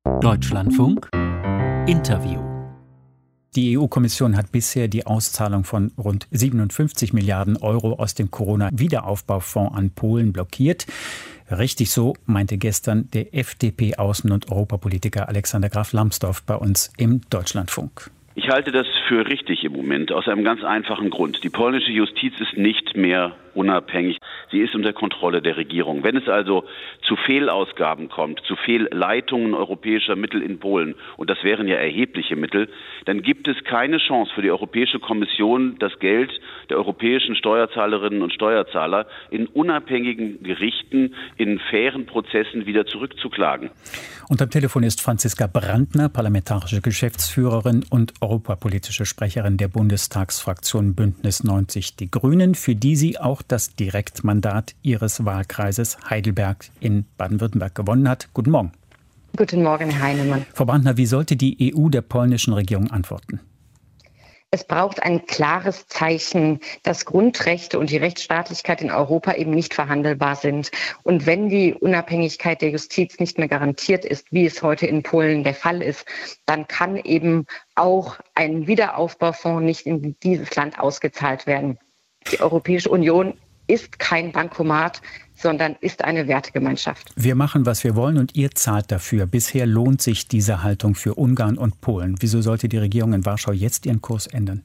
Deutschlandfunk Interview. Die EU-Kommission hat bisher die Auszahlung von rund 57 Milliarden Euro aus dem Corona-Wiederaufbaufonds an Polen blockiert. Richtig so, meinte gestern der FDP-Außen- und Europapolitiker Alexander Graf Lambsdorff bei uns im Deutschlandfunk. Ich halte das für richtig im Moment, aus einem ganz einfachen Grund. Die polnische Justiz ist nicht mehr unabhängig. Sie ist unter Kontrolle der Regierung. Wenn es also zu Fehlausgaben kommt, zu Fehlleitungen europäischer Mittel in Polen, und das wären ja erhebliche Mittel, dann gibt es keine Chance für die Europäische Kommission, das Geld der europäischen Steuerzahlerinnen und Steuerzahler in unabhängigen Gerichten, in fairen Prozessen wieder zurückzuklagen. Und am Telefon ist Franziska Brandner, parlamentarische Geschäftsführerin und europapolitische Sprecherin der Bundestagsfraktion Bündnis 90 Die Grünen, für die sie auch das Direktmandat ihres Wahlkreises Heidelberg in Baden-Württemberg gewonnen hat. Guten Morgen. Guten Morgen, Herr Heinemann. Frau Brandner, wie sollte die EU der polnischen Regierung antworten? Es braucht ein klares Zeichen, dass Grundrechte und die Rechtsstaatlichkeit in Europa eben nicht verhandelbar sind. Und wenn die Unabhängigkeit der Justiz nicht mehr garantiert ist, wie es heute in Polen der Fall ist, dann kann eben auch ein Wiederaufbaufonds nicht in dieses Land ausgezahlt werden. Die Europäische Union ist kein Bankomat, sondern ist eine Wertegemeinschaft. Wir machen, was wir wollen, und ihr zahlt dafür. Bisher lohnt sich diese Haltung für Ungarn und Polen. Wieso sollte die Regierung in Warschau jetzt ihren Kurs ändern?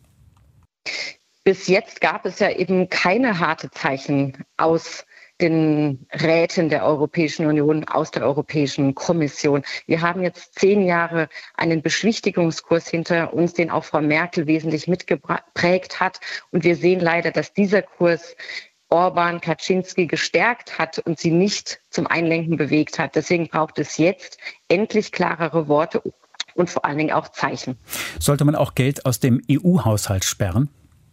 Bis jetzt gab es ja eben keine harte Zeichen aus den Räten der Europäischen Union, aus der Europäischen Kommission. Wir haben jetzt 10 Jahre einen Beschwichtigungskurs hinter uns, den auch Frau Merkel wesentlich mitgeprägt hat. Und wir sehen leider, dass dieser Kurs Orban, Kaczynski gestärkt hat und sie nicht zum Einlenken bewegt hat. Deswegen braucht es jetzt endlich klarere Worte und vor allen Dingen auch Zeichen. Sollte man auch Geld aus dem EU-Haushalt sperren?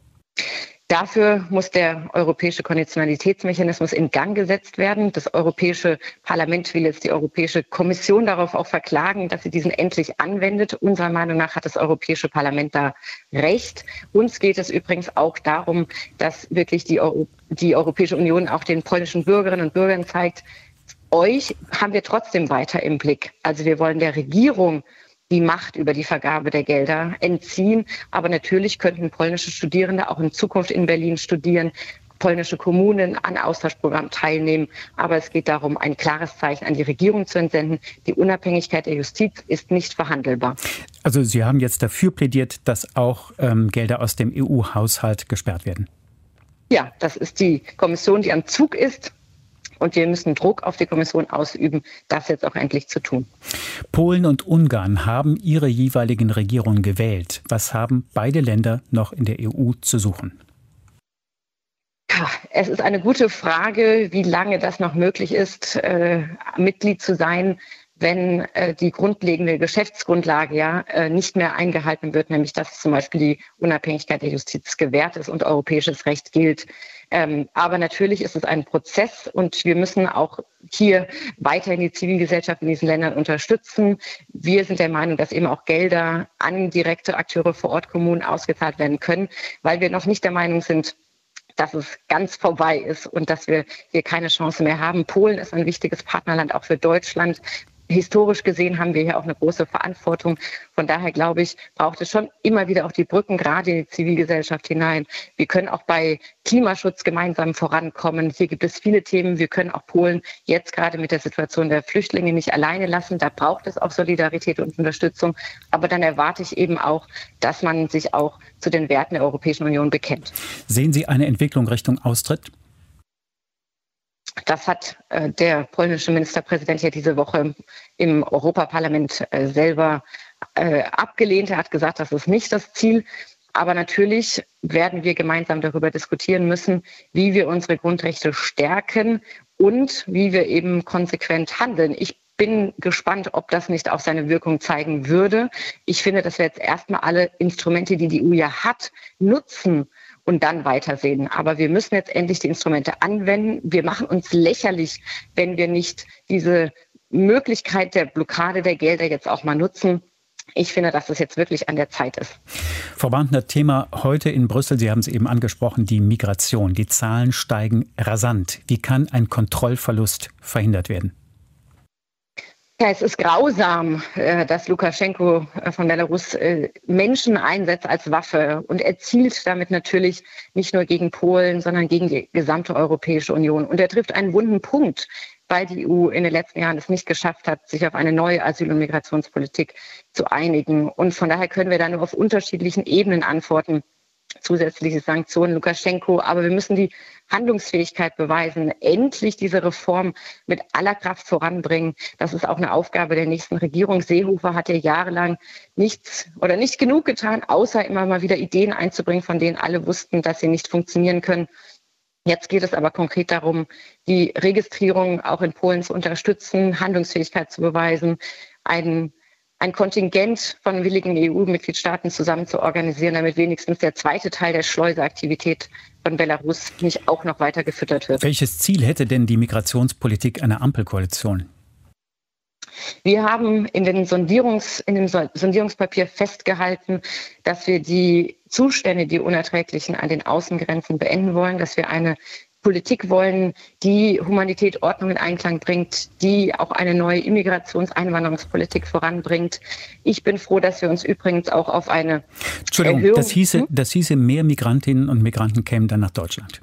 Dafür muss der europäische Konditionalitätsmechanismus in Gang gesetzt werden. Das Europäische Parlament will jetzt die Europäische Kommission darauf auch verklagen, dass sie diesen endlich anwendet. Unserer Meinung nach hat das Europäische Parlament da recht. Uns geht es übrigens auch darum, dass wirklich die Europäische Union auch den polnischen Bürgerinnen und Bürgern zeigt, euch haben wir trotzdem weiter im Blick. Also wir wollen der Regierung die Macht über die Vergabe der Gelder entziehen. Aber natürlich könnten polnische Studierende auch in Zukunft in Berlin studieren, polnische Kommunen an Austauschprogrammen teilnehmen. Aber es geht darum, ein klares Zeichen an die Regierung zu entsenden. Die Unabhängigkeit der Justiz ist nicht verhandelbar. Also Sie haben jetzt dafür plädiert, dass auch Gelder aus dem EU-Haushalt gesperrt werden? Ja, das ist die Kommission, die am Zug ist. Und wir müssen Druck auf die Kommission ausüben, das jetzt auch endlich zu tun. Polen und Ungarn haben ihre jeweiligen Regierungen gewählt. Was haben beide Länder noch in der EU zu suchen? Ja, es ist eine gute Frage, wie lange das noch möglich ist, Mitglied zu sein, wenn die grundlegende Geschäftsgrundlage nicht mehr eingehalten wird, nämlich dass zum Beispiel die Unabhängigkeit der Justiz gewährt ist und europäisches Recht gilt. Aber natürlich ist es ein Prozess und wir müssen auch hier weiterhin die Zivilgesellschaft in diesen Ländern unterstützen. Wir sind der Meinung, dass eben auch Gelder an direkte Akteure vor Ort, Kommunen ausgezahlt werden können, weil wir noch nicht der Meinung sind, dass es ganz vorbei ist und dass wir hier keine Chance mehr haben. Polen ist ein wichtiges Partnerland auch für Deutschland. Historisch gesehen haben wir hier auch eine große Verantwortung. Von daher, glaube ich, braucht es schon immer wieder auch die Brücken, gerade in die Zivilgesellschaft hinein. Wir können auch bei Klimaschutz gemeinsam vorankommen. Hier gibt es viele Themen. Wir können auch Polen jetzt gerade mit der Situation der Flüchtlinge nicht alleine lassen. Da braucht es auch Solidarität und Unterstützung. Aber dann erwarte ich eben auch, dass man sich auch zu den Werten der Europäischen Union bekennt. Sehen Sie eine Entwicklung Richtung Austritt? Das hat der polnische Ministerpräsident ja diese Woche im Europaparlament selber abgelehnt. Er hat gesagt, das ist nicht das Ziel. Aber natürlich werden wir gemeinsam darüber diskutieren müssen, wie wir unsere Grundrechte stärken und wie wir eben konsequent handeln. Ich bin gespannt, ob das nicht auch seine Wirkung zeigen würde. Ich finde, dass wir jetzt erstmal alle Instrumente, die die EU ja hat, nutzen und dann weitersehen. Aber wir müssen jetzt endlich die Instrumente anwenden. Wir machen uns lächerlich, wenn wir nicht diese Möglichkeit der Blockade der Gelder jetzt auch mal nutzen. Ich finde, dass es jetzt wirklich an der Zeit ist. Frau Brandner, Thema heute in Brüssel, Sie haben es eben angesprochen, die Migration. Die Zahlen steigen rasant. Wie kann ein Kontrollverlust verhindert werden? Ja, es ist grausam, dass Lukaschenko von Belarus Menschen einsetzt als Waffe. Und er zielt damit natürlich nicht nur gegen Polen, sondern gegen die gesamte Europäische Union. Und er trifft einen wunden Punkt, weil die EU in den letzten Jahren es nicht geschafft hat, sich auf eine neue Asyl- und Migrationspolitik zu einigen. Und von daher können wir da nur auf unterschiedlichen Ebenen antworten. Zusätzliche Sanktionen, Lukaschenko. Aber wir müssen die Handlungsfähigkeit beweisen, endlich diese Reform mit aller Kraft voranbringen. Das ist auch eine Aufgabe der nächsten Regierung. Seehofer hat ja jahrelang nichts oder nicht genug getan, außer immer mal wieder Ideen einzubringen, von denen alle wussten, dass sie nicht funktionieren können. Jetzt geht es aber konkret darum, die Registrierung auch in Polen zu unterstützen, Handlungsfähigkeit zu beweisen, ein Kontingent von willigen EU-Mitgliedstaaten zusammen zu organisieren, damit wenigstens der zweite Teil der Schleuseraktivität von Belarus nicht auch noch weiter gefüttert wird. Welches Ziel hätte denn die Migrationspolitik einer Ampelkoalition? Wir haben in dem Sondierungspapier festgehalten, dass wir die Zustände, die unerträglichen an den Außengrenzen beenden wollen, dass wir eine Politik wollen, die Humanität, Ordnung in Einklang bringt, die auch eine neue Einwanderungspolitik voranbringt. Ich bin froh, dass wir uns übrigens auch auf eine Erhöhung... Das hieße, mehr Migrantinnen und Migranten kämen dann nach Deutschland.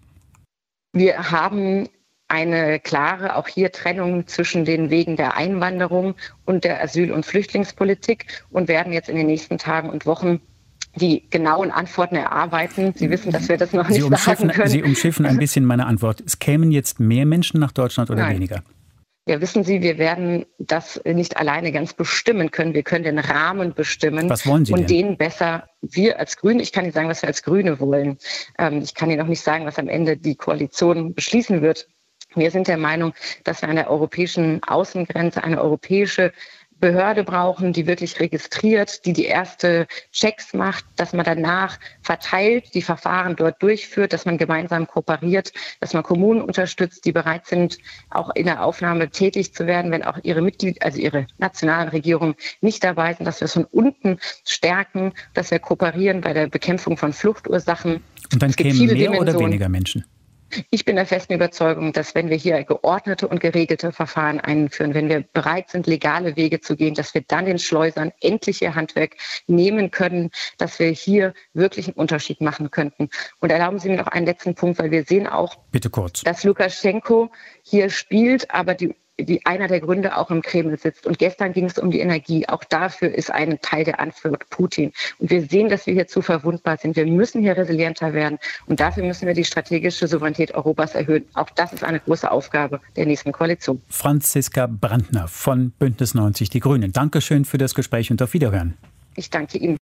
Wir haben eine klare, auch hier Trennung zwischen den Wegen der Einwanderung und der Asyl- und Flüchtlingspolitik und werden jetzt in den nächsten Tagen und Wochen die genauen Antworten erarbeiten. Sie wissen, dass wir das noch nicht sagen können. Sie umschiffen ein bisschen meine Antwort. Es kämen jetzt mehr Menschen nach Deutschland oder weniger? Ja, wissen Sie, wir werden das nicht alleine ganz bestimmen können. Wir können den Rahmen bestimmen. Was wollen Sie denn? Und den besser, wir als Grüne, ich kann nicht sagen, was wir als Grüne wollen. Ich kann Ihnen auch nicht sagen, was am Ende die Koalition beschließen wird. Wir sind der Meinung, dass wir an der europäischen Außengrenze eine europäische Behörde brauchen, die wirklich registriert, die erste Checks macht, dass man danach verteilt, die Verfahren dort durchführt, dass man gemeinsam kooperiert, dass man Kommunen unterstützt, die bereit sind, auch in der Aufnahme tätig zu werden, wenn auch ihre nationalen Regierungen nicht dabei sind, dass wir es von unten stärken, dass wir kooperieren bei der Bekämpfung von Fluchtursachen. Und dann kämen mehr oder weniger Menschen? Ich bin der festen Überzeugung, dass wenn wir hier geordnete und geregelte Verfahren einführen, wenn wir bereit sind, legale Wege zu gehen, dass wir dann den Schleusern endlich ihr Handwerk nehmen können, dass wir hier wirklich einen Unterschied machen könnten. Und erlauben Sie mir noch einen letzten Punkt, weil wir sehen auch, bitte kurz, dass Lukaschenko hier spielt, aber einer der Gründe auch im Kreml sitzt. Und gestern ging es um die Energie. Auch dafür ist ein Teil der Antwort Putin. Und wir sehen, dass wir hier zu verwundbar sind. Wir müssen hier resilienter werden. Und dafür müssen wir die strategische Souveränität Europas erhöhen. Auch das ist eine große Aufgabe der nächsten Koalition. Franziska Brandner von Bündnis 90 Die Grünen. Dankeschön für das Gespräch und auf Wiederhören. Ich danke Ihnen.